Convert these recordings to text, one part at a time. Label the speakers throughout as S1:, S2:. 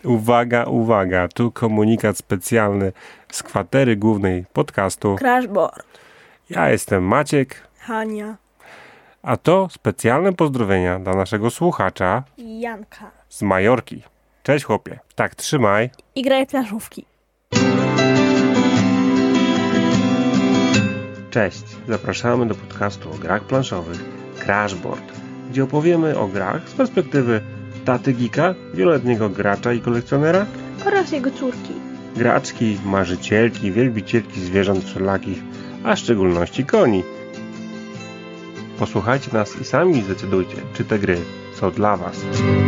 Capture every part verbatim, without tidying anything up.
S1: Uwaga, uwaga, tu komunikat specjalny z kwatery głównej podcastu
S2: Crashboard.
S1: Ja jestem Maciek,
S2: Hania,
S1: a to specjalne pozdrowienia dla naszego słuchacza
S2: Janka.
S1: z Majorki. Cześć chłopie. Tak, trzymaj.
S2: I graj planszówki.
S1: Cześć, zapraszamy do podcastu o grach planszowych Crashboard, gdzie opowiemy o grach z perspektywy taty geeka, wieloletniego gracza i kolekcjonera
S2: Oraz jego córki.
S1: graczki, marzycielki, wielbicielki zwierząt wszelakich, a w szczególności koni. Posłuchajcie nas i sami zdecydujcie, czy te gry są dla was.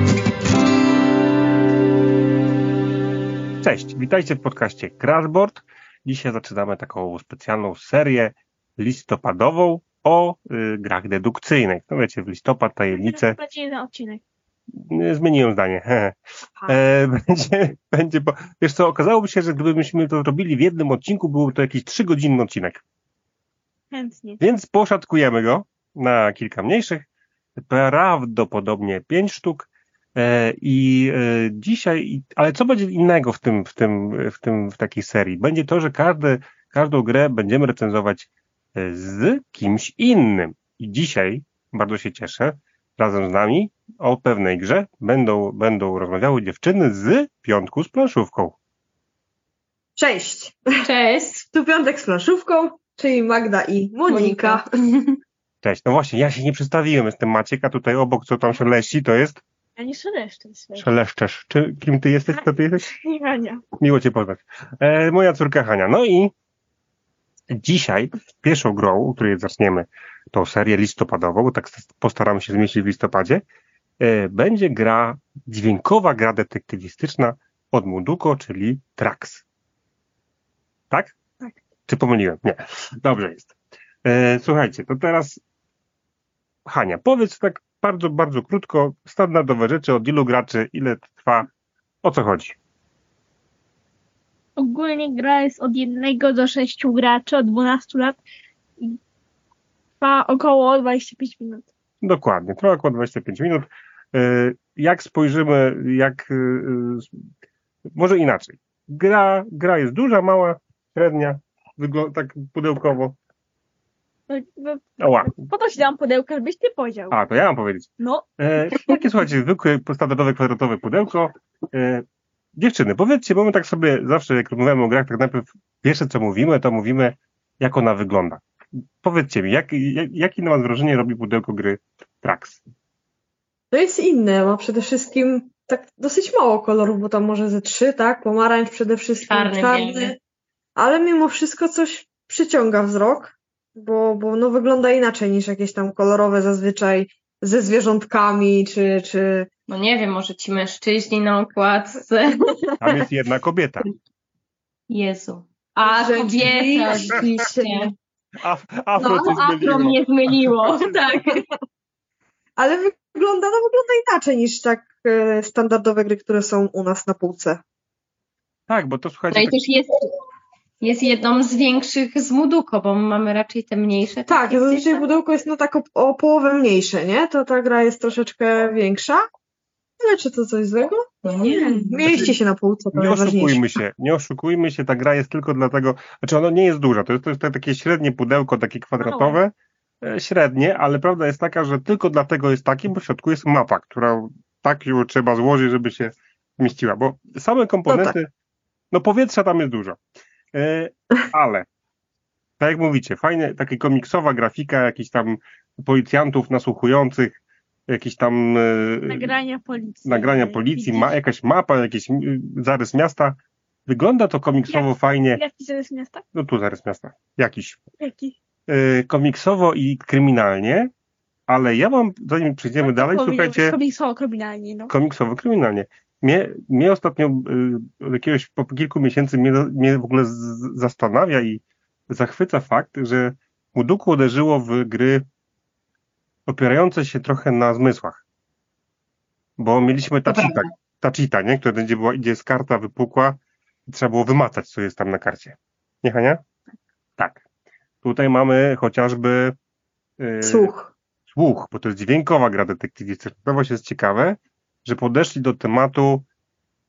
S1: Cześć, witajcie w podcaście Crashboard. Dzisiaj zaczynamy taką specjalną serię listopadową o y, grach dedukcyjnych. No wiecie, w listopad tajemnice.
S2: Będzie jeden odcinek.
S1: Zmieniłem zdanie. E, będzie, będzie, bo, wiesz co, okazałoby się, że gdybyśmy to robili w jednym odcinku, byłby to jakiś trzygodzinny odcinek.
S2: Chętnie.
S1: Więc poszatkujemy go na kilka mniejszych, prawdopodobnie pięć sztuk. E, I e, dzisiaj, ale co będzie innego w tym, w tym, w tym, w takiej serii? Będzie to, że każdy, każdą grę będziemy recenzować z kimś innym. I dzisiaj, bardzo się cieszę, razem z nami o pewnej grze będą, będą rozmawiały dziewczyny z Piątku z planszówką.
S3: Cześć!
S4: Cześć!
S3: Tu Piątek z planszówką, czyli Magda i Monika.
S4: Monika.
S1: Cześć, no właśnie, ja się nie przedstawiłem, jestem Maciek, a tutaj obok, co tam szeleści, to jest?
S2: Ja nie szeleszczę.
S1: Szeleszczesz. Czy, kim ty jesteś, kto ty jesteś?
S2: Nie, Hania.
S1: Miło cię poznać. E, moja córka Hania. No i dzisiaj pierwszą grą, której zaczniemy tą serię listopadową, bo tak postaramy się zmieścić w listopadzie, e, będzie gra, dźwiękowa gra detektywistyczna od Muduko, czyli Trax. Tak?
S2: Tak.
S1: Czy pomyliłem? Nie. Dobrze jest. E, słuchajcie, to teraz Hania, powiedz tak bardzo, bardzo krótko, standardowe rzeczy, od ilu graczy, ile trwa, o co chodzi?
S2: Ogólnie gra jest od jednego do sześciu graczy, od dwunastu lat i trwa około dwadzieścia pięć minut.
S1: Dokładnie, trwa około dwadzieścia pięć minut. E, jak spojrzymy, jak, e, może inaczej. Gra, gra jest duża, mała, średnia, wygląda tak pudełkowo.
S2: No, no,
S1: Oła.
S2: po to ci dam pudełka, żebyś ty powiedział.
S1: A, to ja mam powiedzieć.
S2: No,
S1: E, takie, słuchajcie, zwykłe, standardowe, kwadratowe pudełko. E, dziewczyny, powiedzcie, bo my tak sobie zawsze, jak rozmawiamy o grach, tak najpierw pierwsze, co mówimy, to mówimy, jak ona wygląda. Powiedzcie mi, jak, jak, jakie na was wrażenie robi pudełko gry Trax?
S3: To jest inne, ma przede wszystkim tak dosyć mało kolorów, bo tam może ze trzy, tak? Pomarańcz przede wszystkim,
S4: Czarny,
S3: czarny,
S4: biały.
S3: ale mimo wszystko coś przyciąga wzrok, bo, bo no wygląda inaczej niż jakieś tam kolorowe zazwyczaj ze zwierzątkami, czy, czy...
S4: No nie wiem, może ci mężczyźni na okładce.
S1: Tam jest jedna kobieta.
S4: Jezu. A, kobieta, oczywiście.
S1: Af, afro
S4: No,
S1: cię
S4: afro
S1: zmyliło.
S4: mnie zmyliło, tak.
S3: Ale wygląda, no wygląda inaczej niż tak e, standardowe gry, które są u nas na półce.
S1: Tak, bo to
S4: No
S1: słuchajcie,
S4: i
S1: tak,
S4: też jest, jest jedną z większych z Muduko, bo mamy raczej te mniejsze.
S3: Tak,
S4: takie
S3: zazwyczaj
S4: gdzieś
S3: pudełko jest no tak o, o połowę mniejsze, nie? To ta gra jest troszeczkę większa. Ale czy to coś złego?
S4: tam. Nie.
S3: Mieści się na półce, to
S1: nie
S3: najważniejsze.
S1: oszukujmy się, nie oszukujmy się, ta gra jest tylko dlatego, znaczy ona nie jest duża, to jest, to jest takie średnie pudełko, takie kwadratowe, e, średnie, ale prawda jest taka, że tylko dlatego jest takie, bo w środku jest mapa, która tak ją trzeba złożyć, żeby się mieściła, bo same komponenty, no, no powietrza tam jest dużo, e, ale tak jak mówicie, fajne, taka komiksowa grafika, jakichś tam policjantów nasłuchujących, jakieś tam e,
S2: nagrania policji.
S1: nagrania policji,
S2: Widzisz?
S1: ma, jakaś mapa, jakiś y, zarys miasta. Wygląda to komiksowo
S2: Jak-
S1: fajnie.
S2: Jaki to jest miasta?
S1: No tu zarys miasta. Jakiś.
S2: Jaki?
S1: Y, komiksowo i kryminalnie, ale ja mam, zanim przejdziemy dalej, słuchajcie,
S2: Komiksowo kryminalnie, no.
S1: komiksowo kryminalnie. Mnie, mnie ostatnio y, od jakiegoś, po kilku miesięcy mnie, mnie w ogóle z, zastanawia i zachwyca fakt, że Muduku uderzyło w gry opierające się trochę na zmysłach. Bo mieliśmy
S4: To
S1: Tachita,
S4: prawda.
S1: Tachita, nie? Która będzie była, idzie z karta wypukła i trzeba było wymacać, co jest tam na karcie. Nie, Hania? Tak. Tutaj mamy chociażby yy,
S3: Słuch.
S1: słuch, bo to jest dźwiękowa gra detektywistyczna. To właśnie jest ciekawe, że podeszli do tematu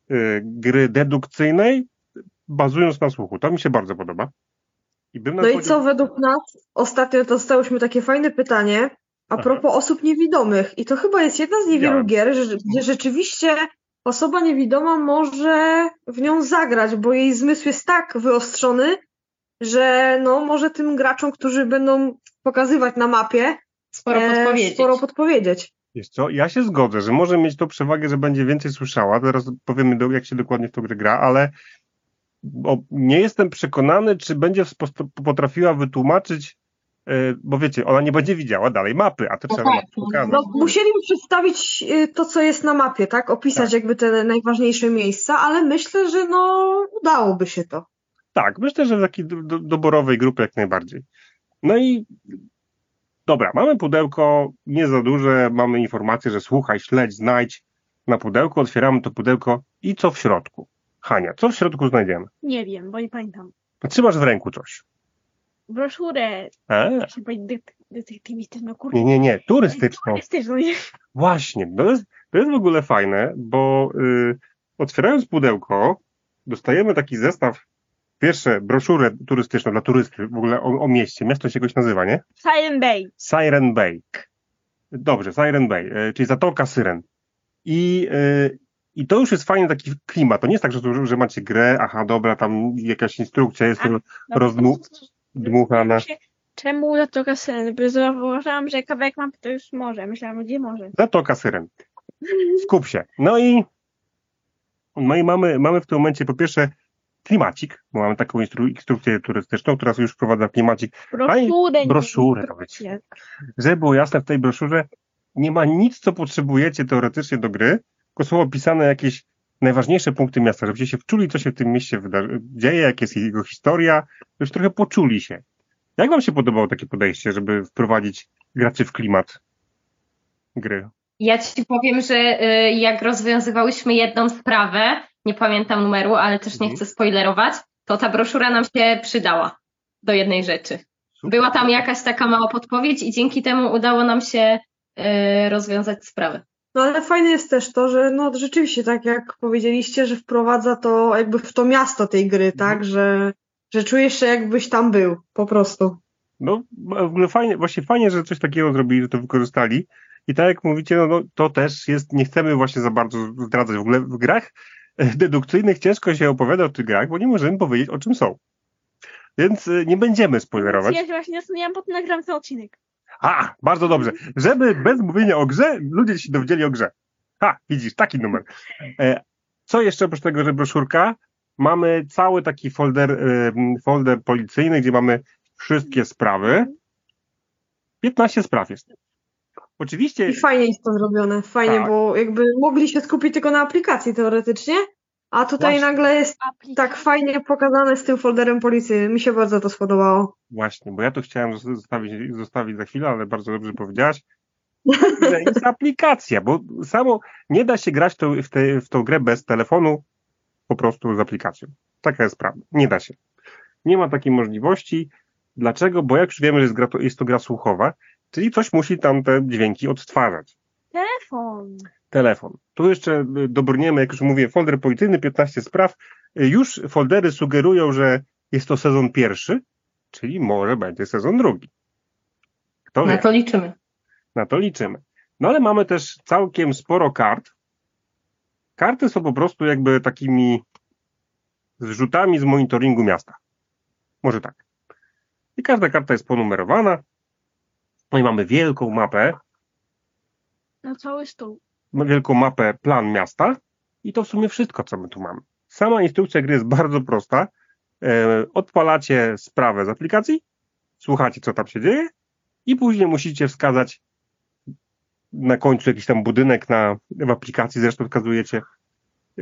S1: y, gry dedukcyjnej, bazując na słuchu. To mi się bardzo podoba. I bym
S3: No i
S1: powiedział-
S3: co według nas? Ostatnio dostałyśmy takie fajne pytanie a
S1: Aha.
S3: propos osób niewidomych. I to chyba jest jedna z niewielu
S1: Widziałem.
S3: gier, że, gdzie rzeczywiście osoba niewidoma może w nią zagrać, bo jej zmysł jest tak wyostrzony, że no może tym graczom, którzy będą pokazywać na mapie,
S4: Sporo
S3: e,
S4: podpowiedzieć.
S3: sporo podpowiedzieć.
S1: Wiesz co, ja się zgodzę, że może mieć to przewagę, że będzie więcej słyszała. Teraz powiemy, do, jak się dokładnie w tą grę gra, ale bo nie jestem przekonany, czy będzie spo- potrafiła wytłumaczyć, e, bo wiecie, ona nie będzie widziała dalej mapy, a to
S4: No
S1: trzeba
S4: tak,
S1: mapę
S4: no.
S1: pokazać.
S3: No, musieliby przedstawić y, to, co jest na mapie, tak? Opisać
S1: Tak.
S3: jakby te najważniejsze miejsca, ale myślę, że no udałoby się to.
S1: Tak, myślę, że w takiej do, do, doborowej grupy jak najbardziej. No i dobra, mamy pudełko, nie za duże, mamy informację, że słuchaj, śledź, znajdź na pudełko, otwieramy to pudełko i co w środku? Hania, co w środku znajdziemy?
S2: Nie wiem, bo nie pamiętam.
S1: Trzymasz w ręku coś.
S2: Broszurę,
S1: E?
S2: chcę powiedzieć dek- detektywistyczną, kurde.
S1: Nie, nie, nie, turystyczną.
S2: Turystyczną, nie?
S1: Właśnie, to jest, to jest w ogóle fajne, bo y, otwierając pudełko, dostajemy taki zestaw, pierwsze, broszurę turystyczną dla turysty, w ogóle o, o mieście. Miasto się jakoś nazywa, nie?
S2: Siren Bay.
S1: Siren Bay. Dobrze, Siren Bay, y, czyli Zatoka Syren. I, y, I to już jest fajny taki klimat. To nie jest tak, że, tu- że macie grę, aha, dobra, tam jakaś instrukcja jest
S2: A, no,
S1: rozdmu- dmuchana.
S2: się- Czemu Zatoka Syren? Bo zauważyłam, że kawałek mapy to już morze. Myślałam, gdzie morze.
S1: Zatoka Syren. Skup się. No i, no i mamy, mamy w tym momencie po pierwsze klimacik, bo mamy taką instru- instrukcję turystyczną, która już wprowadza klimacik.
S2: Broszurę. nie-
S1: broszurę, to być. Żeby było jasne, w tej broszurze nie ma nic, co potrzebujecie teoretycznie do gry, tylko są opisane jakieś najważniejsze punkty miasta, żebyście się wczuli, co się w tym mieście wydarzy- dzieje, jak jest jego historia, żebyście trochę poczuli się. Jak wam się podobało takie podejście, żeby wprowadzić graczy w klimat gry?
S4: Ja ci powiem, że y, jak rozwiązywałyśmy jedną sprawę, nie pamiętam numeru, ale też nie
S1: Mhm.
S4: chcę spoilerować, to ta broszura nam się przydała do jednej rzeczy.
S1: Super.
S4: Była tam jakaś taka mała podpowiedź i dzięki temu udało nam się y, rozwiązać sprawę.
S3: No ale fajne jest też to, że no rzeczywiście, tak jak powiedzieliście, że wprowadza to jakby w to miasto tej gry, tak? Że, że czujesz się jakbyś tam był, po prostu.
S1: No, w ogóle fajnie, właśnie fajnie, że coś takiego zrobili, że to wykorzystali. I tak jak mówicie, no, no to też jest, nie chcemy właśnie za bardzo zdradzać. W ogóle w grach e, dedukcyjnych ciężko się opowiada o tych grach, bo nie możemy powiedzieć, o czym są. Więc e, nie będziemy spoilerować.
S2: Ja się właśnie zastanawiałam, potem nagram ten odcinek.
S1: A, bardzo dobrze. Żeby bez mówienia o grze, ludzie się dowiedzieli o grze. Ha, widzisz, taki numer. E, co jeszcze oprócz tego, że broszurka? Mamy cały taki folder, e, folder policyjny, gdzie mamy wszystkie sprawy. piętnaście spraw jest. Oczywiście,
S3: I fajnie jest to zrobione, fajnie,
S1: Tak.
S3: bo jakby mogli się skupić tylko na aplikacji teoretycznie, a tutaj
S1: Właśnie.
S3: nagle jest tak fajnie pokazane z tym folderem policyjnym. Mi się bardzo to spodobało.
S1: właśnie, bo ja to chciałem zostawić, zostawić za chwilę, ale bardzo dobrze powiedziałaś. Że jest aplikacja, bo samo nie da się grać to, w, te, w tą grę bez telefonu, po prostu z aplikacją. Taka jest prawda. Nie da się. Nie ma takiej możliwości. Dlaczego? Bo jak już wiemy, że jest, gra, to, jest to gra słuchowa, czyli coś musi tam te dźwięki odtwarzać.
S2: Telefon.
S1: Telefon. Tu jeszcze y, dobrniemy, jak już mówię, folder policyjny, piętnaście spraw. Y, Już foldery sugerują, że jest to sezon pierwszy, czyli może będzie sezon drugi. Kto
S4: Na
S1: wie?
S4: to liczymy.
S1: Na to liczymy. No ale mamy też całkiem sporo kart. Karty są po prostu jakby takimi zrzutami z monitoringu miasta. Może tak. I każda karta jest ponumerowana. No i mamy wielką mapę,
S2: Na cały stół.
S1: wielką mapę plan miasta i to w sumie wszystko, co my tu mamy. Sama instrukcja gry jest bardzo prosta. E, odpalacie sprawę z aplikacji, słuchacie, co tam się dzieje i później musicie wskazać na końcu jakiś tam budynek na, w aplikacji, zresztą wskazujecie, e,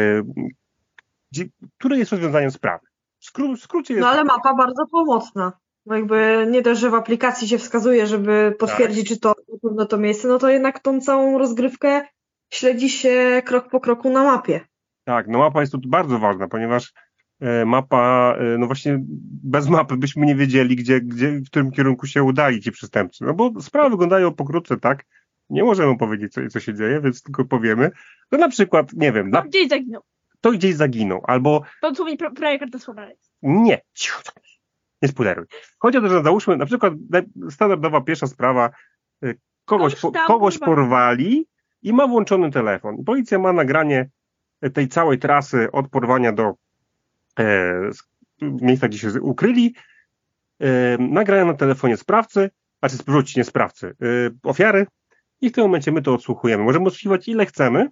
S1: gdzie, które jest rozwiązaniem sprawy. W skró- w skrócie jest...
S3: No ale mapa bardzo pomocna. Bo jakby nie dość, że w aplikacji się wskazuje, żeby potwierdzić, czy to na pewno to miejsce, no to jednak tą całą rozgrywkę śledzi się krok po kroku na mapie.
S1: Tak, no mapa jest tu bardzo ważna, ponieważ e, mapa, e, no właśnie bez mapy byśmy nie wiedzieli, gdzie, gdzie, w którym kierunku się udali ci przestępcy. No bo sprawy wyglądają pokrótce tak, nie możemy powiedzieć, co, co się dzieje, więc tylko powiemy, że na przykład, nie wiem,
S2: No,
S1: na,
S2: gdzieś zaginął.
S1: ktoś gdzieś zaginął, albo
S2: To co mi prawie karta słowa jest.
S1: nie, cicho, nie spoileruj. Chodzi o to, że załóżmy, na przykład standardowa pierwsza sprawa, y, kogoś, po, kogoś porwali i ma włączony telefon. Policja ma nagranie tej całej trasy od porwania do e, miejsca, gdzie się ukryli, e, nagrania na telefonie sprawcy, znaczy wróć, nie sprawcy, e, ofiary i w tym momencie my to odsłuchujemy. Możemy odsłuchiwać ile chcemy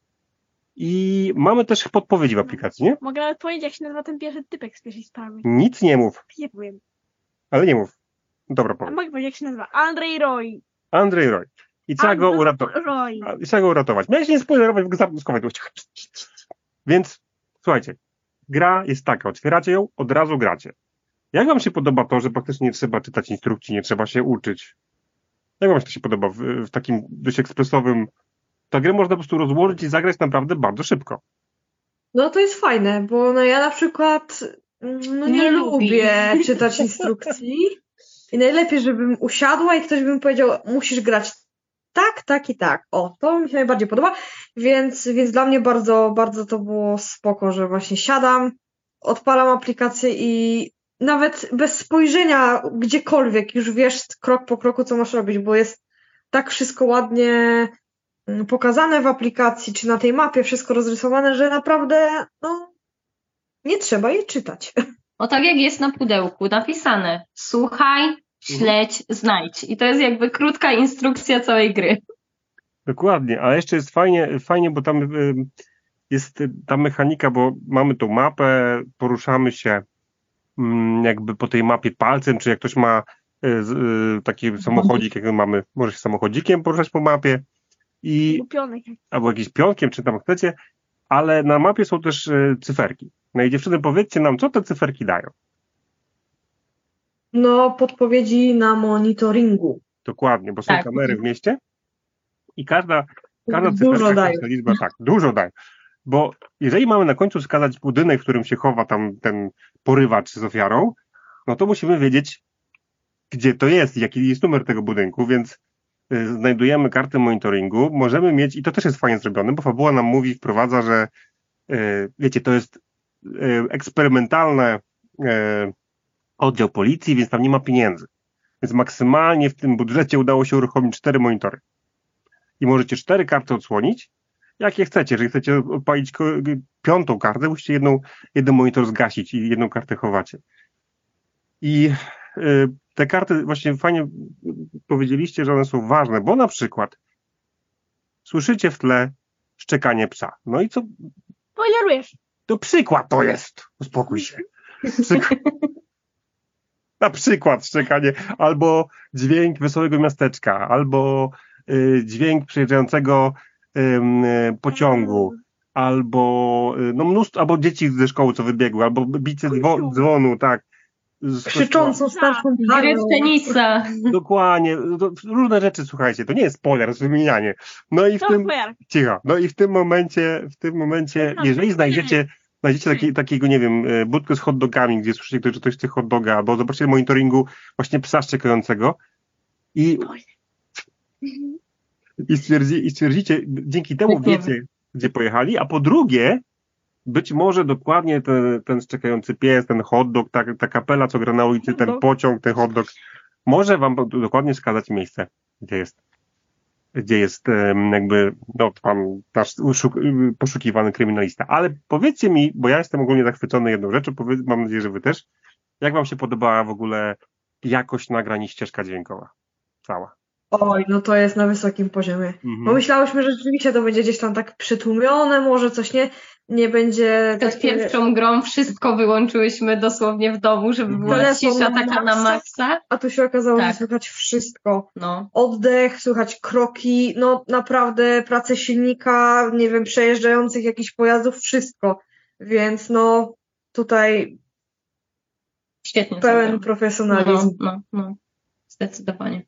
S1: i mamy też podpowiedzi w aplikacji, nie?
S2: Mogę nawet powiedzieć, jak się nazywa ten pierwszy typek z pierwszej sprawy.
S1: Nic nie mów,
S2: Nie powiem.
S1: ale nie mów. Dobra,
S2: A
S1: powiem.
S2: mogę powiedzieć, jak się nazywa. Andrzej Roy.
S1: Andrzej Roy. I trzeba go uratować.
S2: Roy.
S1: I trzeba go uratować. Miałeś nie spoilerować, schowaj to. Więc słuchajcie, gra jest taka, otwieracie ją, od razu gracie. Jak wam się podoba to, że praktycznie nie trzeba czytać instrukcji, nie trzeba się uczyć? Jak wam się to się podoba w, w takim dość ekspresowym... Ta grę można po prostu rozłożyć i zagrać naprawdę bardzo szybko.
S3: No to jest fajne, bo no ja na przykład no nie,
S4: Nie
S3: lubię czytać instrukcji i najlepiej, żebym usiadła i ktoś by mi powiedział, musisz grać tak, tak i tak. O, to mi się najbardziej podoba, więc, więc dla mnie bardzo, bardzo to było spoko, że właśnie siadam, odpalam aplikację i nawet bez spojrzenia gdziekolwiek już wiesz krok po kroku, co masz robić, bo jest tak wszystko ładnie pokazane w aplikacji, czy na tej mapie, wszystko rozrysowane, że naprawdę no, nie trzeba jej czytać.
S4: O tak jak jest na pudełku napisane, słuchaj, śledź, znajdź. I to jest jakby krótka instrukcja całej gry.
S1: Dokładnie, ale jeszcze jest fajnie, fajnie, bo tam y, jest ta mechanika, bo mamy tą mapę, poruszamy się y, jakby po tej mapie palcem, czy jak ktoś ma y, y, taki samochodzik, jak my mamy, może się samochodzikiem poruszać po mapie i
S2: Lupionek.
S1: albo jakimś pionkiem, czy tam chcecie, ale na mapie są też y, cyferki. No i dziewczyny, powiedzcie nam, co te cyferki dają.
S3: No, podpowiedzi na monitoringu.
S1: Dokładnie, bo są
S4: Tak.
S1: kamery w mieście i każda, każda
S3: Dużo
S1: cyferka,
S3: dają.
S1: każda liczba, tak, dużo daje. Bo jeżeli mamy na końcu wskazać budynek, w którym się chowa tam ten porywacz z ofiarą, no to musimy wiedzieć, gdzie to jest, jaki jest numer tego budynku, więc y, znajdujemy kartę monitoringu, możemy mieć, i to też jest fajnie zrobione, bo fabuła nam mówi, wprowadza, że y, wiecie, to jest y, eksperymentalny y, oddział policji, więc tam nie ma pieniędzy. Więc maksymalnie w tym budżecie udało się uruchomić cztery monitory. I możecie cztery karty odsłonić, jakie chcecie. Jeżeli chcecie odpalić ko- piątą kartę, musicie jedną, jeden monitor zgasić i jedną kartę chowacie. I y, te karty właśnie fajnie powiedzieliście, że one są ważne, bo na przykład słyszycie w tle szczekanie psa. No i co?
S2: Spoilerujesz.
S1: To przykład to jest. Uspokój się. Przykład. Na przykład szczekanie, albo dźwięk wesołego miasteczka, albo y, dźwięk przejeżdżającego y, y, pociągu, albo y, no mnóstwo, albo dzieci ze szkoły, co wybiegły, albo bicie dzwo, dzwonu, tak. Z
S3: Krzyczącą starszą
S4: Gry
S3: panią.
S4: w tenisa.
S1: Dokładnie, to, różne rzeczy, słuchajcie, to nie jest spoiler, to jest wymienianie. No i w
S2: To
S1: tym,
S2: spoiler.
S1: cicho, no i w tym momencie, w tym momencie, jeżeli znajdziecie, znajdziecie taki, takiego, nie wiem, e, budkę z hot dogami, gdzie słyszycie, ktoś, że ktoś chce hot doga, albo zobaczycie monitoringu właśnie psa szczekającego i, i, stwierdzi, i stwierdzicie, dzięki temu
S4: Dziękujemy.
S1: wiecie, gdzie pojechali, a po drugie, być może dokładnie ten, ten szczekający pies, ten hot dog, ta, ta kapela, co gra na ulicy, ten pociąg, ten hot dog, może wam dokładnie wskazać miejsce, gdzie jest, gdzie jest em, jakby no, pan nasz uszuk- poszukiwany kryminalista. Ale powiedzcie mi, bo ja jestem ogólnie zachwycony jedną rzeczą, powiedz, mam nadzieję, że wy też, jak wam się podobała w ogóle jakość nagrań i ścieżka dźwiękowa? Cała.
S3: Oj, no to jest na wysokim poziomie.
S1: Mhm.
S3: Bo myślałyśmy, że rzeczywiście to będzie gdzieś tam tak przytłumione, może coś nie, nie będzie
S4: Przed
S3: takie...
S4: pierwszą grą wszystko wyłączyłyśmy dosłownie w domu, żeby była
S3: Telefon
S4: cisza
S3: na
S4: taka na
S3: maksa.
S4: maksa.
S3: A tu się okazało,
S4: Tak.
S3: że słychać wszystko.
S4: No.
S3: Oddech, słychać kroki, no naprawdę pracę silnika, nie wiem, przejeżdżających jakichś pojazdów, wszystko. Więc no tutaj
S4: Świetnie.
S3: pełen
S4: zrobione.
S3: profesjonalizm.
S4: No, no, no. Zdecydowanie.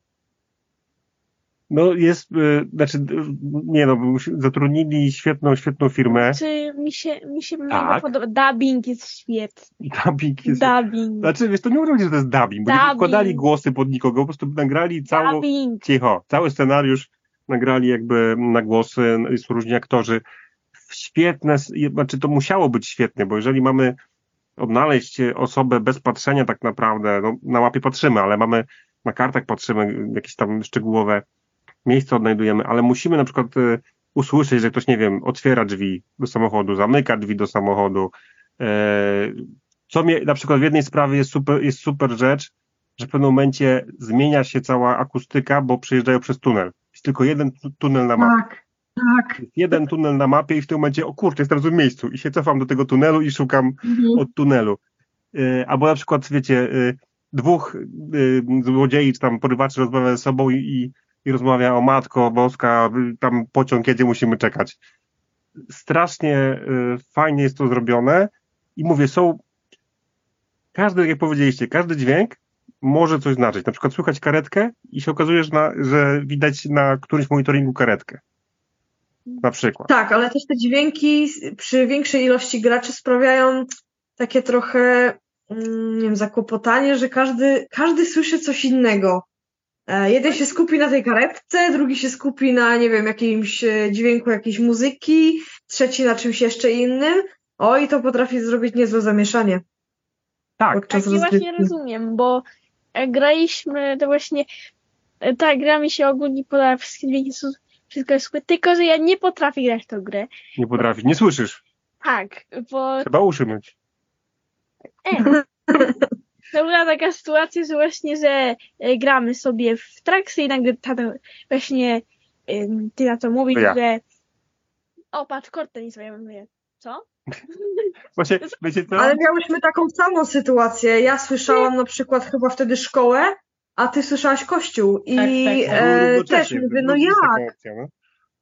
S1: No jest, y, znaczy, y, nie no, bo zatrudnili świetną, świetną firmę.
S2: Czy mi się, mi się
S1: Tak.
S2: mega podoba. Dubbing jest świetny.
S1: Dubbing jest...
S2: Dubbing.
S1: Znaczy, wiesz, to nie można powiedzieć, że to jest dubbing, bo nie
S2: Dubbing.
S1: podkładali głosy pod nikogo, po prostu nagrali całą,
S2: Dubbing.
S1: cicho, cały scenariusz nagrali jakby na głosy, są różni aktorzy. świetne, znaczy to musiało być świetne, bo jeżeli mamy odnaleźć osobę bez patrzenia tak naprawdę, no, na mapie patrzymy, ale mamy, na kartach patrzymy, jakieś tam szczegółowe miejsca odnajdujemy, ale musimy na przykład y, usłyszeć, że ktoś, nie wiem, otwiera drzwi do samochodu, zamyka drzwi do samochodu. E, co mnie, na przykład w jednej sprawie jest super, jest super rzecz, że w pewnym momencie zmienia się cała akustyka, bo przejeżdżają przez tunel. Jest tylko jeden tu- tunel na mapie.
S3: Tak, tak.
S1: Jest jeden tunel na mapie i w tym momencie, o kurczę, jestem w złym miejscu i się cofam do tego tunelu i szukam
S4: Mhm.
S1: od tunelu. Y, albo na przykład, wiecie, y, dwóch y, złodziei czy tam porywaczy rozmawia ze sobą i, i, i rozmawia o matko boska, y, tam pociąg jedzie, musimy czekać. Strasznie y, fajnie jest to zrobione i mówię, są każdy, jak powiedzieliście, każdy dźwięk może coś znaczyć. Na przykład słychać karetkę i się okazuje, że, na, że widać na którymś monitoringu karetkę. Na przykład.
S3: Tak, ale też te dźwięki przy większej ilości graczy sprawiają takie trochę, mm, nie wiem, zakłopotanie, że każdy, każdy słyszy coś innego. E, Jeden się skupi na tej karetce, drugi się skupi na, nie wiem, jakimś e, dźwięku jakiejś muzyki, trzeci na czymś jeszcze innym. O, i to potrafi zrobić niezłe zamieszanie
S1: Tak,
S3: podczas
S2: Tak, i właśnie
S3: rozgrywki.
S2: rozumiem, bo e, graliśmy, to właśnie e, ta gra mi się ogólnie podoba, wszystkie dźwięki są, wszystko jest super, tylko że ja nie potrafię grać w tą grę.
S1: nie potrafisz, nie słyszysz.
S2: Tak, bo
S1: Trzeba uszy myć.
S2: e, to była taka sytuacja, że właśnie, że e, gramy sobie w Traxy i nagle tata właśnie ym, ty na to mówisz,
S1: Ja.
S2: że o, patrz, kortenis, ja mówię, co?
S1: Właśnie, wiecie co?
S3: Ale miałyśmy taką samą sytuację. Ja słyszałam na przykład chyba wtedy szkołę, a ty słyszałaś kościół. I
S4: Tak, tak, tak.
S3: e, też
S1: Równocześnie,
S3: mówię, no
S1: jest taka
S3: jak?
S1: opcja, no.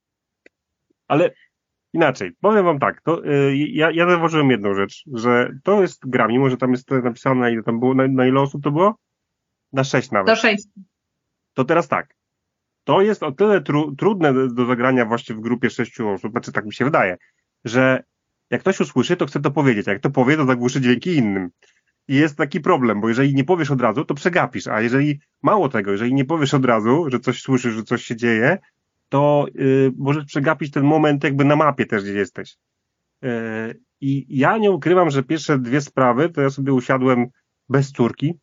S1: Ale inaczej, powiem wam tak, to y, ja, ja zauważyłem jedną rzecz, że to jest gra, mimo że tam jest napisane, na ile tam było, na, na ile osób to było? Na sześć nawet.
S4: Do sześciu.
S1: To teraz tak, to jest o tyle tru, trudne do, do zagrania właśnie w grupie sześciu osób, znaczy tak mi się wydaje, że jak ktoś usłyszy, to chce to powiedzieć, a jak to powie, to zagłuszy dźwięki innym. I jest taki problem, bo jeżeli nie powiesz od razu, to przegapisz, a jeżeli mało tego, jeżeli nie powiesz od razu, że coś słyszysz, że coś się dzieje, to y, możesz przegapić ten moment jakby na mapie też, gdzie jesteś. Y, I ja nie ukrywam, że pierwsze dwie sprawy, to ja sobie usiadłem bez córki,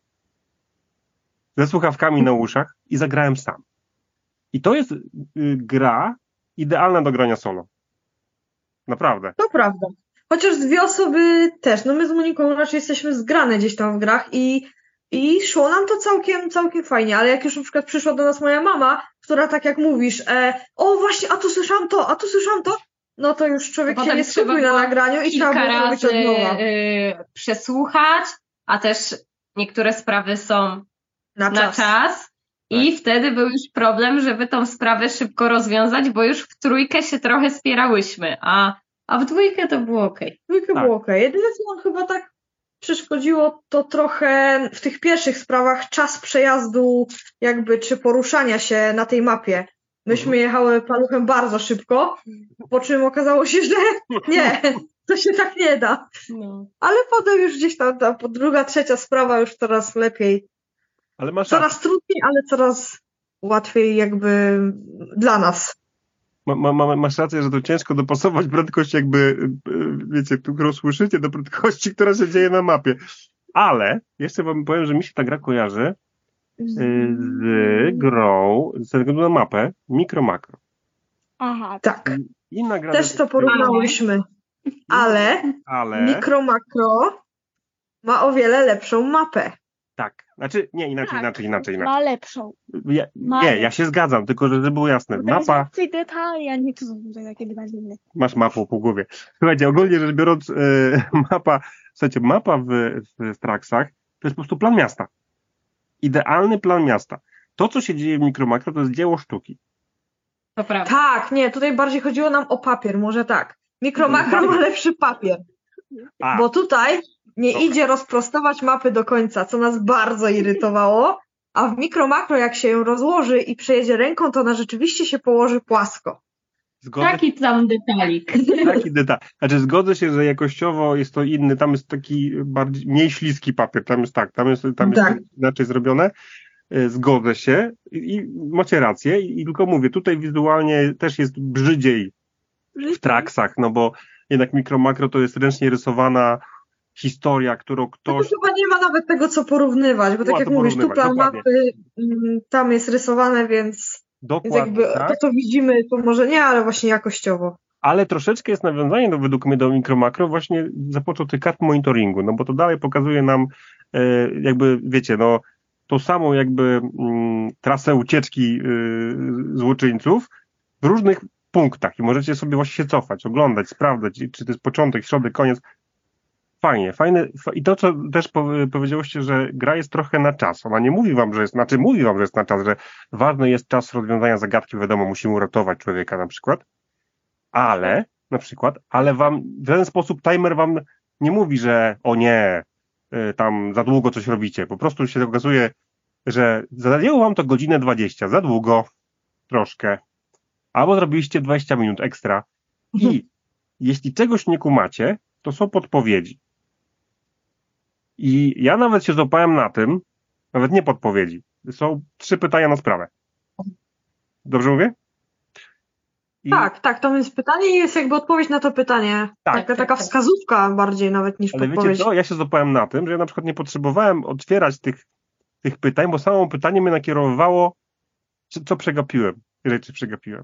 S1: ze słuchawkami na uszach i zagrałem sam. I to jest y, gra idealna do grania solo. Naprawdę.
S3: To prawda. Chociaż dwie osoby też. No my z Moniką raczej jesteśmy zgrane gdzieś tam w grach i, i szło nam to całkiem, całkiem fajnie, ale jak już na przykład przyszła do nas moja mama, która tak jak mówisz, e, o właśnie, a tu słyszałam to, a tu słyszałam to, no to już człowiek
S4: To
S3: się
S4: potem
S3: nie
S4: trzeba
S3: skupił na
S4: było
S3: nagraniu i trzeba
S4: Kilka
S3: było zrobić
S4: razy
S3: od nowa.
S4: y, przesłuchać, a też niektóre sprawy są
S3: Na
S4: na
S3: czas.
S4: czas. I wtedy był już problem, żeby tą sprawę szybko rozwiązać, bo już w trójkę się trochę spierałyśmy, a, a w dwójkę to było okej.
S3: Dwójkę
S1: Tak.
S3: było okej. Jedyne co nam chyba tak przeszkodziło, to trochę w tych pierwszych sprawach czas przejazdu jakby, czy poruszania się na tej mapie. Myśmy jechały paluchem bardzo szybko, po czym okazało się, że nie, to się tak nie da.
S4: No.
S3: Ale potem już gdzieś tam ta po- druga, trzecia sprawa już coraz lepiej.
S1: Ale masz rację.
S3: Coraz trudniej, ale coraz łatwiej jakby dla nas.
S1: Ma, ma, ma, masz rację, że to ciężko dopasować prędkość jakby, y, y, wiecie, którą słyszycie, do prędkości, która się dzieje na mapie. Ale jeszcze wam powiem, że mi się ta gra kojarzy y, z grą, ze względu na mapę, Mikro Makro.
S2: Aha,
S3: Tak,
S1: Inna gra
S3: też to porównałyśmy. Ale
S1: ale
S3: Mikro Makro ma o wiele lepszą mapę.
S1: tak, znaczy nie, inaczej,
S2: tak,
S1: inaczej, inaczej, inaczej.
S2: ma lepszą.
S1: Ja,
S2: ma
S1: nie,
S2: lepszą.
S1: ja się zgadzam, tylko że żeby było jasne,
S2: Bo tam jest
S1: mapa,
S2: więcej detali, a nie to są tutaj takie detali.
S1: masz mapę po głowie. Słuchajcie, ogólnie rzecz biorąc, y, mapa, słuchajcie, mapa w, w Traxach to jest po prostu plan miasta. Idealny plan miasta. To, co się dzieje w Mikro Makro, to jest dzieło sztuki.
S4: To prawda.
S3: Tak, nie, tutaj bardziej chodziło nam o papier, może tak. Mikro Makro ma lepszy papier,
S1: A,
S3: bo tutaj nie
S1: Dobra.
S3: idzie rozprostować mapy do końca, co nas bardzo irytowało, a w Mikro Makro jak się ją rozłoży i przejedzie ręką, to ona rzeczywiście się położy płasko.
S1: zgodzę
S4: Taki tam detalik.
S1: Taki detal. Znaczy zgodzę się, że jakościowo jest to inny, tam jest taki bardziej, mniej śliski papier, tam jest tak, tam jest, tam jest
S3: Tak.
S1: inaczej zrobione. E, Zgodzę się i, i macie rację i, i tylko mówię, tutaj wizualnie też jest brzydziej w traksach, no bo jednak mikro-makro to jest ręcznie rysowana historia, którą
S3: No
S1: ktoś...
S3: to chyba nie ma nawet tego, co porównywać, bo
S1: Nie ma
S3: tak jak
S1: co
S3: mówisz, tu
S1: porównywać,
S3: plan
S1: dokładnie.
S3: mapy, mm, tam jest rysowane, więc, więc
S1: Dokładnie
S3: jakby
S1: tak.
S3: to, co widzimy, to może nie, ale właśnie jakościowo.
S1: Ale troszeczkę jest nawiązanie do, według mnie do mikro-makro właśnie zapoczął tych kart monitoringu, no bo to dalej pokazuje nam e, jakby, wiecie, no tą samą jakby mm, trasę ucieczki y, złoczyńców w różnych punktach i możecie sobie właśnie się cofać, oglądać, sprawdzać, czy to jest początek, środek, koniec. Fajnie, fajne. I to, co też powiedziałyście, że gra jest trochę na czas. Ona nie mówi wam, że jest, znaczy mówi wam, że jest na czas, że ważny jest czas rozwiązania zagadki, wiadomo, musimy uratować człowieka na przykład, ale, na przykład, ale wam w ten sposób timer wam nie mówi, że o nie, tam za długo coś robicie. Po prostu się okazuje, że zajęło wam to godzinę dwadzieścia, za długo, troszkę, albo zrobiliście dwadzieścia minut ekstra i jeśli czegoś nie kumacie, to są podpowiedzi. I ja nawet się złapałem na tym, nawet nie podpowiedzi, są trzy pytania na sprawę. Dobrze mówię? I...
S3: Tak, tak, to jest pytanie i jest jakby odpowiedź na to pytanie.
S1: Tak,
S3: taka
S4: tak,
S3: taka
S4: tak.
S3: wskazówka bardziej nawet niż
S1: Ale
S3: podpowiedź.
S1: wiecie co, ja się złapałem na tym, że ja na przykład nie potrzebowałem otwierać tych, tych pytań, bo samo pytanie mnie nakierowywało, czy, co przegapiłem, rzeczy przegapiłem.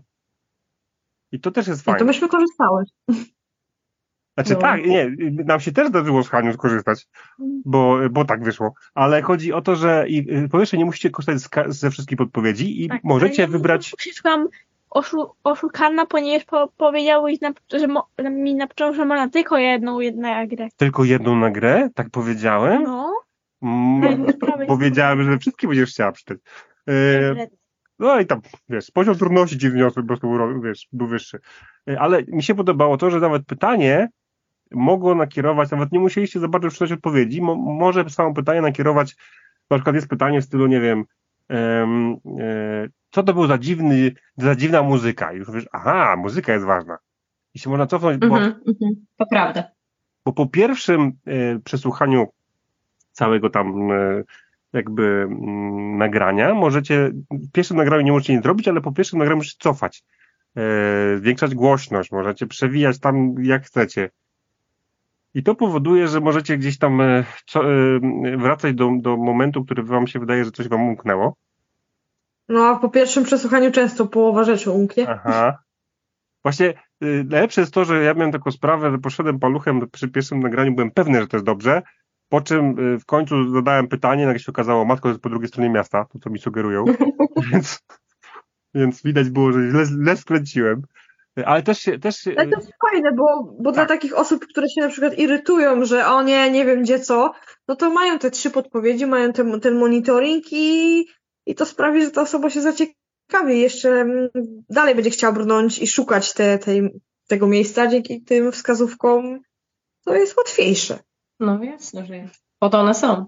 S1: I to też jest
S3: No
S1: fajne.
S3: to myśmy korzystały.
S1: Znaczy
S3: No.
S1: tak, nie, nam się też zdarzyło z Hanią skorzystać, bo, bo tak wyszło. Ale chodzi o to, że i, po pierwsze nie musicie korzystać z, ka- ze wszystkich podpowiedzi i
S2: Tak,
S1: możecie
S2: ale ja
S1: wybrać...
S2: się czułam oszu- oszukana, ponieważ po- powiedziałeś, na, że mo- mi na początku, że można tylko jedną, jedną grę.
S1: Tylko jedną na grę? Tak powiedziałem?
S2: No.
S1: Mm,
S2: Sprawę
S1: powiedziałem, że wszystkie będziesz chciała przeczytać. E, no i tam, wiesz, poziom trudności ci wniosły, po prostu, wiesz, był wyższy. E, ale mi się podobało to, że nawet pytanie mogło nakierować, nawet nie musieliście za bardzo przeczytać odpowiedzi, mo- może samo pytanie nakierować, na przykład jest pytanie w stylu, nie wiem, em, e, co to był za dziwny, za dziwna muzyka? I już wiesz, aha, muzyka jest ważna. I się można cofnąć, bo,
S4: Mhm, mhm. To prawda.
S1: bo po pierwszym e, przesłuchaniu całego tam e, jakby mm, nagrania, możecie, w pierwszym nagraniu nie możecie nic zrobić, ale po pierwszym nagraniu możecie cofać, e, zwiększać głośność, możecie przewijać tam jak chcecie. I to powoduje, że możecie gdzieś tam e, co, e, wracać do, do momentu, który wam się wydaje, że coś wam umknęło.
S3: No a po pierwszym przesłuchaniu często połowa rzeczy umknie.
S1: Aha. Właśnie y, najlepsze jest to, że ja miałem taką sprawę, że poszedłem paluchem przy pierwszym nagraniu, byłem pewny, że to jest dobrze, po czym y, w końcu zadałem pytanie, nagle się okazało, matko, to jest po drugiej stronie miasta, to co mi sugerują, więc, więc widać było, że źle, źle skręciłem. Y, Ale też się, też się,
S3: Ale to jest fajne, bo, bo dla
S1: Tak.
S3: takich osób, które się na przykład irytują, że o nie, nie wiem gdzie co, no to mają te trzy podpowiedzi, mają ten, ten monitoring i, i to sprawi, że ta osoba się zaciekawi i jeszcze mm, dalej będzie chciała brnąć i szukać te, tej, tego miejsca dzięki tym wskazówkom. To jest łatwiejsze.
S4: No jasne, że jest. Po to one są.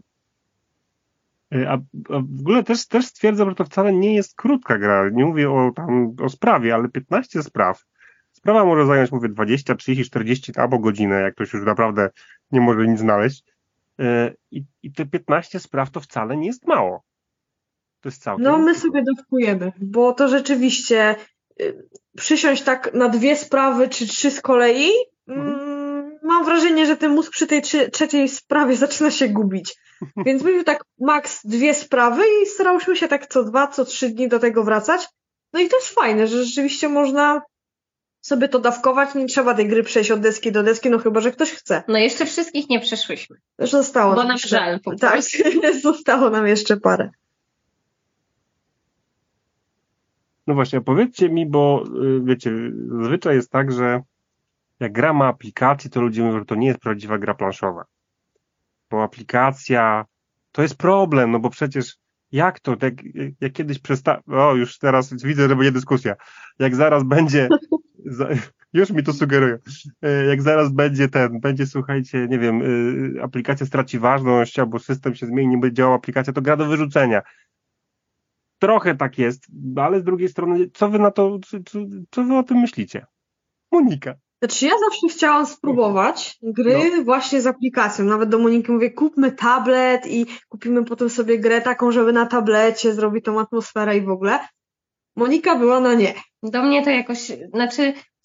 S1: A, a w ogóle też, też stwierdzam, że to wcale nie jest krótka gra. Nie mówię o, tam, o sprawie, ale piętnaście spraw. Sprawa może zająć, mówię, dwadzieścia, trzydzieści, czterdzieści albo godzinę, jak ktoś już naprawdę nie może nic znaleźć. I, i te piętnaście spraw to wcale nie jest mało. To jest całkiem...
S3: No my sobie dawkujemy, bo to rzeczywiście y, przysiąść tak na dwie sprawy czy trzy z kolei, mm, mam wrażenie, że ten mózg przy tej trzy, trzeciej sprawie zaczyna się gubić. Więc myśmy tak maks dwie sprawy i starałyśmy się tak co dwa, co trzy dni do tego wracać. No i to jest fajne, że rzeczywiście można sobie to dawkować, nie trzeba tej gry przejść od deski do deski, no chyba, że ktoś chce.
S4: No jeszcze wszystkich nie przeszłyśmy.
S3: Też zostało
S4: Bo
S3: nam
S4: nam
S3: jeszcze-
S4: żal po
S3: Tak,
S4: prostu.
S3: zostało nam jeszcze parę.
S1: No właśnie, a powiedzcie mi, bo y, wiecie, zazwyczaj jest tak, że jak gra ma aplikację, to ludzie mówią, że to nie jest prawdziwa gra planszowa. Bo aplikacja to jest problem, no bo przecież jak to, jak, jak kiedyś przesta... O, już teraz widzę, że będzie dyskusja. Jak zaraz będzie, za, już mi to sugerują, E, jak zaraz będzie ten, będzie, słuchajcie, nie wiem, y, aplikacja straci ważność, albo system się zmieni, nie będzie działała aplikacja, to gra do wyrzucenia. Trochę tak jest, ale z drugiej strony, co wy na to, co, co, co wy o tym myślicie? Monika.
S3: Znaczy ja zawsze chciałam spróbować gry
S1: No.
S3: właśnie z aplikacją. Nawet do Moniki mówię, kupmy tablet i kupimy potem sobie grę taką, żeby na tablecie zrobić tą atmosferę i w ogóle. Monika była na nie.
S4: Do mnie to jakoś, znaczy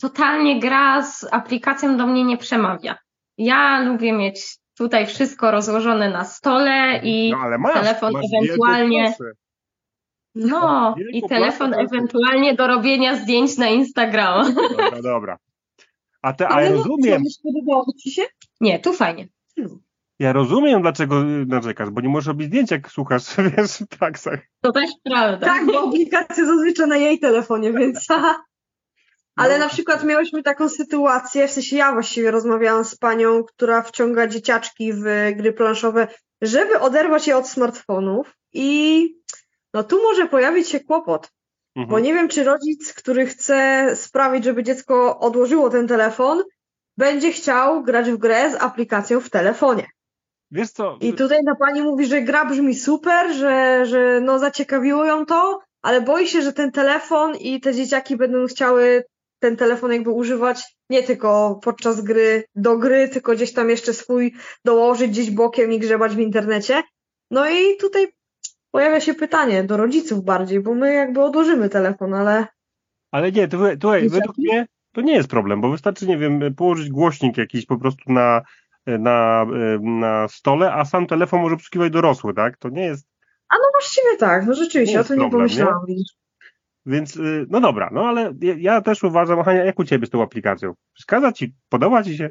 S4: totalnie gra z aplikacją do mnie nie przemawia. Ja lubię mieć tutaj wszystko rozłożone na stole i
S1: No ale masz,
S4: telefon
S1: masz
S4: ewentualnie.
S1: wielką klasę.
S4: No,
S1: Wielką
S4: i telefon
S1: klasę, to-
S4: ewentualnie do robienia zdjęć na Instagrama.
S1: Dobra, dobra. A te, a
S3: Ale
S1: ja
S3: no,
S1: rozumiem,
S3: co, nie podobało ci się?
S4: Nie, tu fajnie.
S1: ja rozumiem, dlaczego narzekasz, bo nie możesz robić zdjęć, jak słuchasz, wiesz, w taksach.
S4: To też prawda.
S3: Tak, bo aplikacja zazwyczaj na jej telefonie, więc... Ale
S1: No.
S3: na przykład miałyśmy taką sytuację, w sensie ja właściwie rozmawiałam z panią, która wciąga dzieciaczki w gry planszowe, żeby oderwać je od smartfonów i no tu może pojawić się kłopot,
S1: Mhm.
S3: bo nie wiem, czy rodzic, który chce sprawić, żeby dziecko odłożyło ten telefon, będzie chciał grać w grę z aplikacją w telefonie.
S1: Wiesz co,
S3: I tutaj na pani mówi, że gra brzmi super, że, że no zaciekawiło ją to, ale boi się, że ten telefon i te dzieciaki będą chciały ten telefon jakby używać nie tylko podczas gry, do gry, tylko gdzieś tam jeszcze swój dołożyć gdzieś bokiem i grzebać w internecie. No i tutaj pojawia się pytanie do rodziców bardziej, bo my jakby odłożymy telefon, ale
S1: ale nie, to, tutaj
S3: Dzieciaki?
S1: według mnie to nie jest problem, bo wystarczy, nie wiem, położyć głośnik jakiś po prostu na, na, na stole, a sam telefon może obsługiwać dorosły, tak? To nie jest,
S3: a no właściwie tak, no rzeczywiście,
S1: Nie
S3: o
S1: jest
S3: tym nie
S1: problem,
S3: pomyślałam. widzisz.
S1: więc y, no dobra, no ale ja, ja też uważam, Hania, jak u ciebie z tą aplikacją? Przeszkadza ci? Podoba ci się?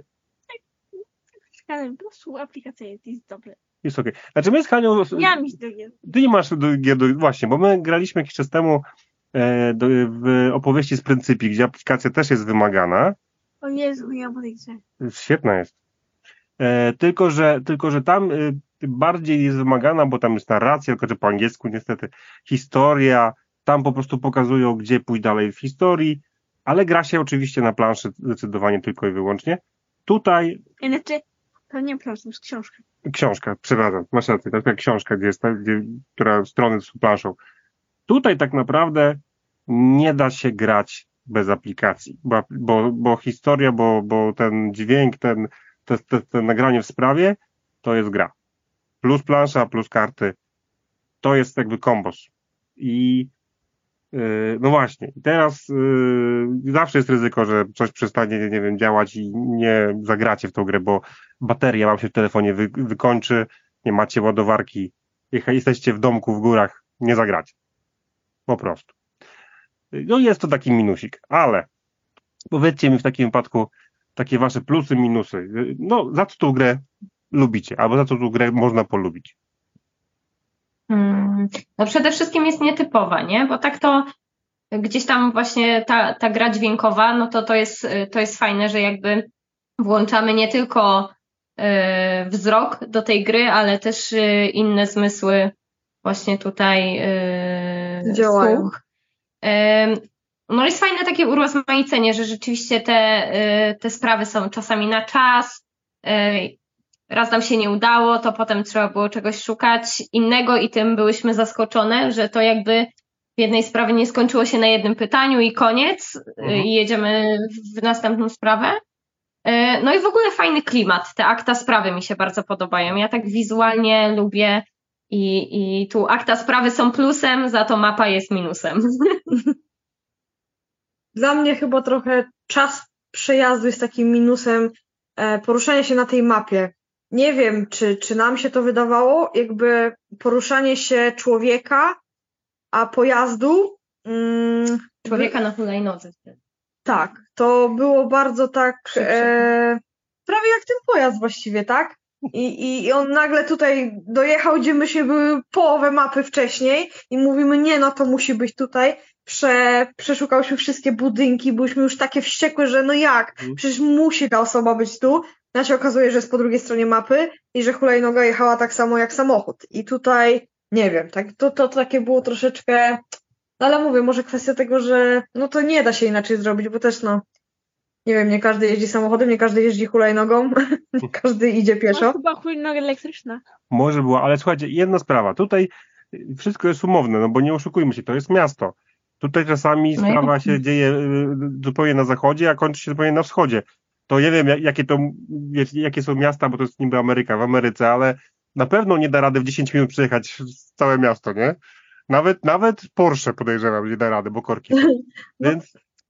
S2: Ale po prostu aplikacja jest, jest dobra.
S1: Jest okej. Znaczy my z Hanią,
S2: Miałam iść do gier.
S1: ty nie masz do gier, do, właśnie, bo my graliśmy jakiś czas temu e, do, w opowieści z Pryncypi, gdzie aplikacja też jest wymagana.
S2: O Jezu, ja po tej grze.
S1: Świetna jest. E, tylko, że, tylko, że tam y, bardziej jest wymagana, bo tam jest narracja, tylko że po angielsku niestety, historia, tam po prostu pokazują, gdzie pójść dalej w historii, ale gra się oczywiście na planszy zdecydowanie tylko i wyłącznie. Tutaj
S2: Znaczy, to nie proszę, to jest książka.
S1: książka, przepraszam, masz rację, to jest jak książka, gdzie jest, tak, gdzie, która strony z planszą. Tutaj tak naprawdę nie da się grać bez aplikacji, bo, bo, bo historia, bo, bo ten dźwięk, ten, te, te, te nagranie w sprawie, to jest gra. Plus plansza, plus karty, to jest jakby kombos. I yy, no właśnie, teraz yy, zawsze jest ryzyko, że coś przestanie, nie wiem, działać i nie zagracie w tą grę, bo bateria wam się w telefonie wy, wykończy, nie macie ładowarki, jak jesteście w domku w górach, nie zagracie. Po prostu. No jest to taki minusik, ale powiedzcie mi w takim wypadku takie wasze plusy, minusy. No za co tą grę lubicie, albo za co tą grę można polubić.
S4: Hmm. No przede wszystkim jest nietypowa, nie? Bo tak to gdzieś tam właśnie ta, ta gra dźwiękowa, no to to jest, to jest fajne, że jakby włączamy nie tylko y, wzrok do tej gry, ale też y, inne zmysły właśnie tutaj y,
S3: Działają.
S4: słuch. Y, no jest fajne takie urozmaicenie, że rzeczywiście te, y, te sprawy są czasami na czas, y, raz nam się nie udało, to potem trzeba było czegoś szukać innego i tym byłyśmy zaskoczone, że to jakby w jednej sprawie nie skończyło się na jednym pytaniu i koniec
S1: Mhm.
S4: i jedziemy w następną sprawę. No i w ogóle fajny klimat. Te akta sprawy mi się bardzo podobają. Ja tak wizualnie lubię i, i tu akta sprawy są plusem, za to mapa jest minusem.
S3: Dla mnie chyba trochę czas przejazdu jest takim minusem e, poruszania się na tej mapie. Nie wiem, czy, czy nam się to wydawało, jakby poruszanie się człowieka, a pojazdu. Mm,
S4: Człowieka na hulajnodze.
S3: tak, to było bardzo tak, e, prawie jak ten pojazd właściwie, tak? I, I on nagle tutaj dojechał, gdzie my się były połowę mapy wcześniej i mówimy, nie, no to musi być tutaj. Prze, przeszukałyśmy wszystkie budynki, byliśmy już takie wściekłe, że no jak? Przecież musi ta osoba być tu. No się okazuje, że jest po drugiej stronie mapy i że hulajnoga jechała tak samo jak samochód. I tutaj, nie wiem, tak, to, to takie było troszeczkę, no ale mówię, może kwestia tego, że no to nie da się inaczej zrobić, bo też no, nie wiem, nie każdy jeździ samochodem, nie każdy jeździ hulajnogą, nie każdy idzie
S2: No,
S3: pieszo.
S2: chyba hulajnoga elektryczna.
S1: Może była, ale słuchajcie, jedna sprawa. Tutaj wszystko jest umowne, no bo nie oszukujmy się, to jest miasto. Tutaj czasami
S4: No
S1: sprawa
S4: jasne.
S1: się dzieje y, zupełnie na zachodzie, a kończy się zupełnie na wschodzie. To nie wiem, jak- jakie to, wiecie, jakie są miasta, bo to jest niby Ameryka, w Ameryce, ale na pewno nie da rady w dziesięć minut przejechać całe miasto, nie? Nawet, nawet Porsche podejrzewam, nie da rady, bo korki są.
S3: No.
S1: Więc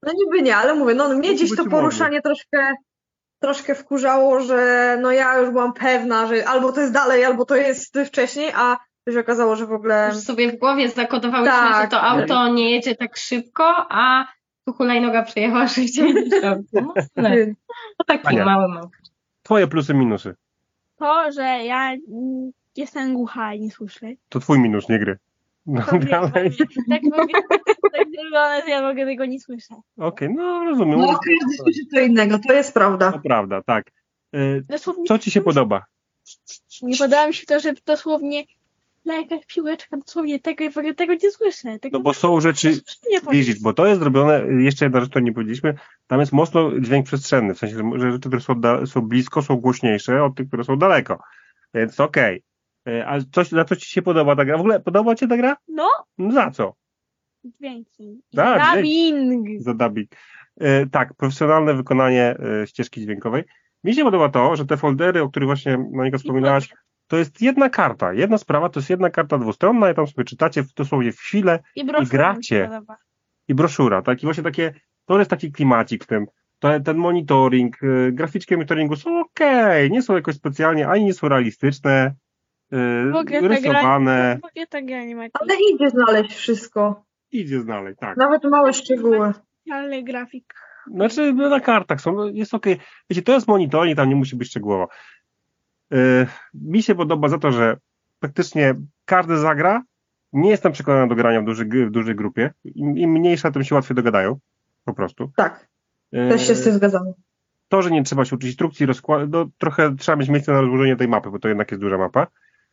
S3: No niby nie, ale mówię, no mnie
S1: Musi
S3: gdzieś
S1: być
S3: to
S1: umowny.
S3: poruszanie troszkę, troszkę wkurzało, że no ja już byłam pewna, że albo to jest dalej, albo to jest wcześniej, a to się okazało, że w ogóle...
S4: Już sobie w głowie zakodowałyśmy,
S3: Tak.
S4: że to auto nie jedzie tak szybko, a tu hulajnoga przejechała sześćdziesiąt. No, ale to taki
S1: Ania.
S4: mały mały.
S1: Twoje plusy, minusy.
S2: To, że ja mm, jestem głucha i nie słyszę.
S1: To twój minus, nie gry. No
S2: To wiem,
S1: dalej.
S2: tak mogę, tak zrobione, że ja mogę tego nie słyszę.
S1: Okej, no rozumiem.
S3: No każdy słyszy co innego, to jest prawda.
S1: To prawda, tak. Y,
S2: Dosłownie,
S1: Co ci się podoba?
S2: nie podoba mi się to, że dosłownie jakaś piłeczka, dosłownie tego i w ogóle tego nie słyszę. Tego
S1: No bo są rzeczy,
S2: nie
S1: widzisz, bo to jest zrobione, jeszcze jedna rzecz, której nie powiedzieliśmy, tam jest mocno dźwięk przestrzenny, w sensie, że rzeczy, które są, da, są blisko, są głośniejsze od tych, które są daleko. Więc okej. Okay. A coś, za co ci się podoba ta gra? W ogóle podoba ci ta gra?
S2: No,
S1: No za co?
S2: dźwięki.
S1: Tak,
S2: Dubbing.
S1: Za dubbing. E, tak, profesjonalne wykonanie e, ścieżki dźwiękowej. Mi się podoba to, że te foldery, o których właśnie Monika wspominałaś, to jest jedna karta, jedna sprawa, to jest jedna karta dwustronna i tam sobie czytacie w- dosłownie w chwilę
S2: I broszura
S1: gracie.
S2: mi się podoba.
S1: i broszura, tak? I właśnie takie, to jest taki klimacik w tym. To, ten monitoring, y, graficzki monitoringu są okej, nie są jakoś specjalnie, ani nie są realistyczne,
S2: W ogóle
S1: y,
S2: ta gra,
S1: rysowane,
S2: w ogóle ta gra nie ma
S3: Ale idzie znaleźć wszystko,
S1: idzie znaleźć, tak.
S3: nawet małe szczegóły.
S2: ale grafik.
S1: Znaczy, no, na kartach są, no, jest okej. Wiecie, to jest monitoring, tam nie musi być szczegółowo. Y, mi się podoba za to, że praktycznie każdy zagra. Nie jestem przekonany do grania w, duży, w dużej grupie. Im, Im mniejsza, tym się łatwiej dogadają. Po prostu.
S3: Tak,
S1: Y,
S3: też się z tym zgadzam.
S1: To, że nie trzeba się uczyć instrukcji, rozkładu, no, trochę trzeba mieć miejsce na rozłożenie tej mapy, bo to jednak jest duża mapa.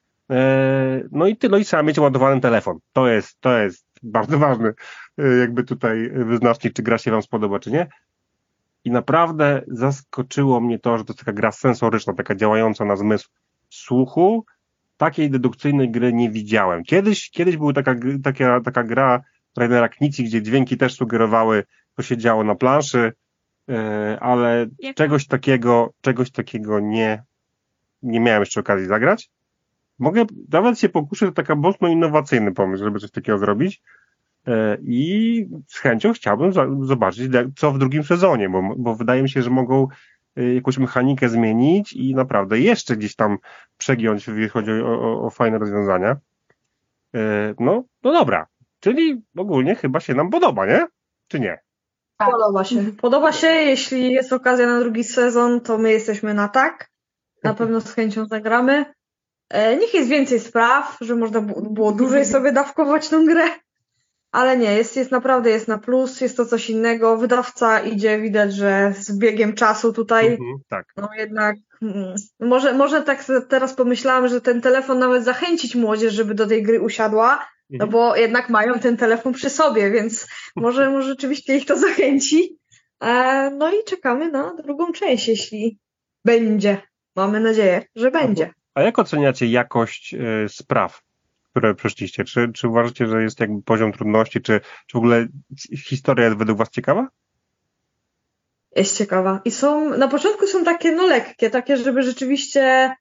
S1: E, no i ty, no i trzeba mieć ładowany telefon. To jest, to jest bardzo ważny, e, jakby tutaj wyznacznik, czy gra się wam spodoba, czy nie. I naprawdę zaskoczyło mnie to, że to jest taka gra sensoryczna, taka działająca na zmysł słuchu. Takiej dedukcyjnej gry nie widziałem. Kiedyś, kiedyś była taka, gr- taka, taka gra Rainera Knizzi, gdzie dźwięki też sugerowały, co się działo na planszy, e, ale
S2: Jak-
S1: czegoś takiego, czegoś takiego nie, nie miałem jeszcze okazji zagrać. Mogę nawet się pokuszę, to taka mocno innowacyjny pomysł, żeby coś takiego zrobić. E, I z chęcią chciałbym za, zobaczyć, jak- co w drugim sezonie, bo, bo wydaje mi się, że mogą e, jakąś mechanikę zmienić i naprawdę jeszcze gdzieś tam przegiąć, jeśli chodzi o, o, o fajne rozwiązania. E, No, no dobra. Czyli ogólnie chyba się nam podoba, nie? Czy nie?
S3: Podoba się. Podoba się, jeśli jest okazja na drugi sezon, to my jesteśmy na tak. Na pewno z chęcią zagramy. E, niech jest więcej spraw, że można bu- było dłużej sobie dawkować tą grę. Ale nie, jest, jest naprawdę jest na plus, jest to coś innego. Wydawca idzie, widać, że z biegiem czasu tutaj,
S1: Mhm, tak.
S3: no jednak, mm, może, może tak se- teraz pomyślałam, że ten telefon nawet zachęcić młodzież, żeby do tej gry usiadła, no
S1: Mhm.
S3: bo jednak mają ten telefon przy sobie, więc może, może rzeczywiście ich to zachęci. E, no i czekamy na drugą część, jeśli będzie. Mamy nadzieję, że będzie.
S1: A jak oceniacie jakość e, spraw, które przeszliście? Czy, czy uważacie, że jest jakby poziom trudności, czy, czy w ogóle historia jest według was ciekawa?
S3: Jest ciekawa. I są, na początku są takie, no lekkie, takie, żeby rzeczywiście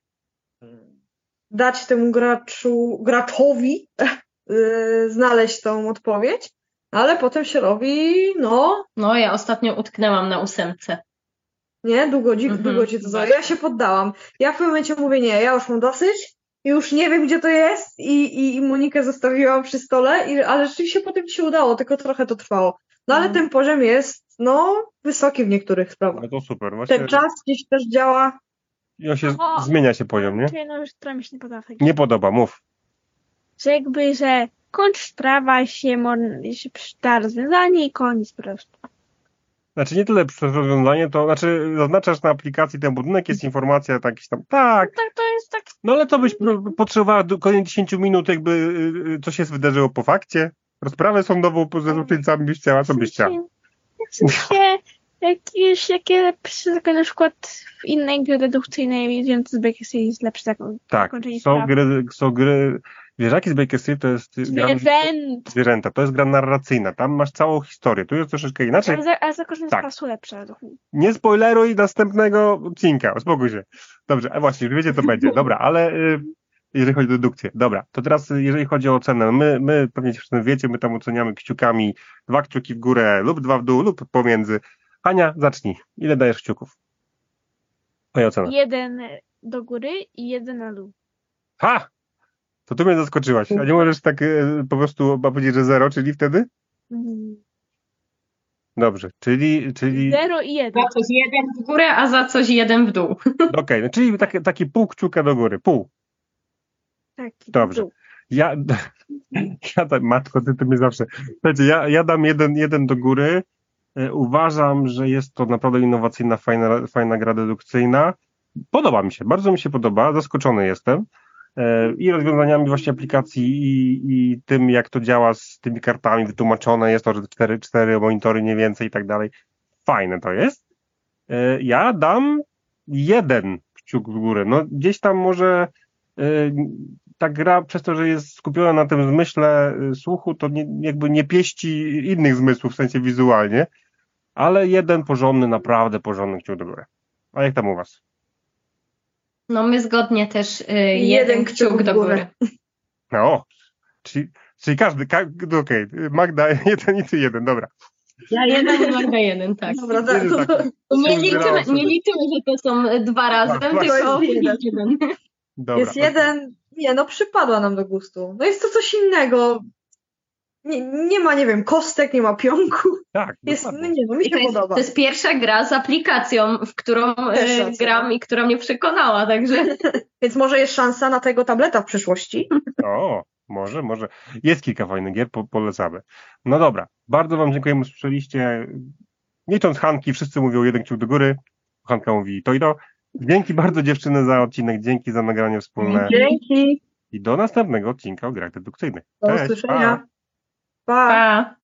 S3: dać temu graczu, graczowi yy, znaleźć tą odpowiedź, ale potem się robi, no,
S4: No, ja ostatnio utknęłam na ósemce.
S3: nie, długo, dzi-
S4: Mhm,
S3: długo ci to zajęło.
S4: właśnie.
S3: Ja się poddałam. Ja w pewnym momencie mówię, nie, ja już mam dosyć, już nie wiem, gdzie to jest i, i, i Monikę zostawiłam przy stole, i, ale rzeczywiście potem ci się udało, tylko trochę to trwało. No ale
S4: Mhm.
S3: ten poziom jest, no, wysoki w niektórych sprawach.
S1: No to super. Właśnie
S3: Ten czas gdzieś też działa.
S1: i on się,
S2: O,
S1: zmienia się poziom, nie?
S2: Czyli no już która mi się nie podoba. w tej
S1: Nie podoba, mów.
S2: Że jakby, że kończ sprawa się, mon- się przyda rozwiązanie i koniec po prostu.
S1: Znaczy nie tyle przez rozwiązanie, to znaczy zaznaczasz na aplikacji ten budynek, jest informacja, tak, jakiś tam, tak,
S2: Tak, to jest tak.
S1: no ale to byś no, potrzebowała do kolejnych dziesięć minut, jakby y, y, co się wydarzyło po fakcie, rozprawę sądową ze złoczyńcami byś chciała, co byś chciała.
S2: W sensie, jakieś, jakie lepsze, tak na przykład w innej grze dedukcyjnej, więc z Baker City jest lepsze zako-
S1: Tak,
S2: zakończenie
S1: są
S2: sprawy.
S1: gry, są gry, zwierzaki z Baker City to jest gra,
S2: Zwierzęt.
S1: zwierzęta, to jest gra narracyjna, tam masz całą historię, tu jest troszeczkę inaczej.
S2: Ale, za, ale zakończenie
S1: Tak.
S2: spraw są lepsze według mnie.
S1: Nie spoileruj następnego odcinka, uspokój się. Dobrze, a właśnie, już wiecie co będzie. Dobra, ale y, jeżeli chodzi o dedukcję. Dobra, to teraz jeżeli chodzi o ocenę, my, my pewnie wszyscy wiecie, my tam oceniamy kciukami dwa kciuki w górę lub dwa w dół lub pomiędzy. Ania, zacznij. Ile dajesz kciuków? Twoja ocena.
S2: Jeden do góry i jeden na dół.
S1: Ha! To ty mnie zaskoczyłaś. A nie możesz tak e, po prostu powiedzieć, że zero, czyli wtedy?
S2: Mm.
S1: Dobrze, czyli... czyli...
S2: Zero i jeden.
S4: Za coś jeden w górę, a za coś jeden w dół.
S1: Okej, no czyli taki, taki pół kciuka do góry. Pół.
S2: Taki
S1: Dobrze.
S2: dół.
S1: Ja, ja dam, matko, ty, ty mnie zawsze. Słuchajcie, ja, ja dam jeden, jeden do góry. E, Uważam, że jest to naprawdę innowacyjna, fajna, fajna gra dedukcyjna. Podoba mi się, bardzo mi się podoba, zaskoczony jestem. E, I rozwiązaniami właśnie aplikacji i, i tym, jak to działa z tymi kartami, wytłumaczone jest to, że cztery, cztery monitory, nie więcej i tak dalej. Fajne to jest. E, Ja dam jeden kciuk w górę. No gdzieś tam może e, ta gra, przez to, że jest skupiona na tym zmyśle y, słuchu, to nie, jakby nie pieści innych zmysłów, w sensie wizualnie, ale jeden porządny, naprawdę porządny kciuk do góry. A jak tam u was?
S4: No my zgodnie też y, jeden,
S3: Jeden
S4: kciuk
S3: kciuk w
S4: do
S3: górę.
S4: góry.
S1: No, czyli, czyli każdy, ka, no okej, Magda jeden i ty jeden, dobra.
S4: Ja jeden i Magda jeden, tak.
S3: Dobra, tak,
S1: Jeden
S3: to, to,
S1: taki.
S4: Nie
S1: Się
S4: liczymy,
S1: zbierało
S4: nie liczymy, że to są dwa razem,
S1: Tak,
S4: tylko
S3: jest jeden.
S4: jeden.
S1: Dobra.
S3: jest jeden, nie no przypadła nam do gustu. No jest to coś innego. Nie, nie ma, nie wiem, kostek, nie ma pionku.
S1: Tak,
S3: Jest, no
S1: dokładnie.
S3: nie no, mi
S4: I to
S3: się
S4: jest,
S3: podoba.
S4: to jest pierwsza gra z aplikacją, w którą
S3: Też
S4: y,
S3: racja,
S4: gram
S3: no.
S4: i która mnie przekonała, także
S3: Więc może jest szansa na tego tableta w przyszłości.
S1: O, może, może. Jest kilka fajnych gier, po, polecamy. No dobra, bardzo wam dziękujemy, że słyszeliście. Licząc Hanki, wszyscy mówią jeden kciuk do góry. Hanka mówi to i to. Dzięki bardzo dziewczyny za odcinek, dzięki za nagranie wspólne
S3: Dzięki.
S1: i do następnego odcinka o grach dedukcyjnych.
S3: Do
S1: Cześć,
S3: usłyszenia.
S1: pa.
S3: Pa.
S4: pa.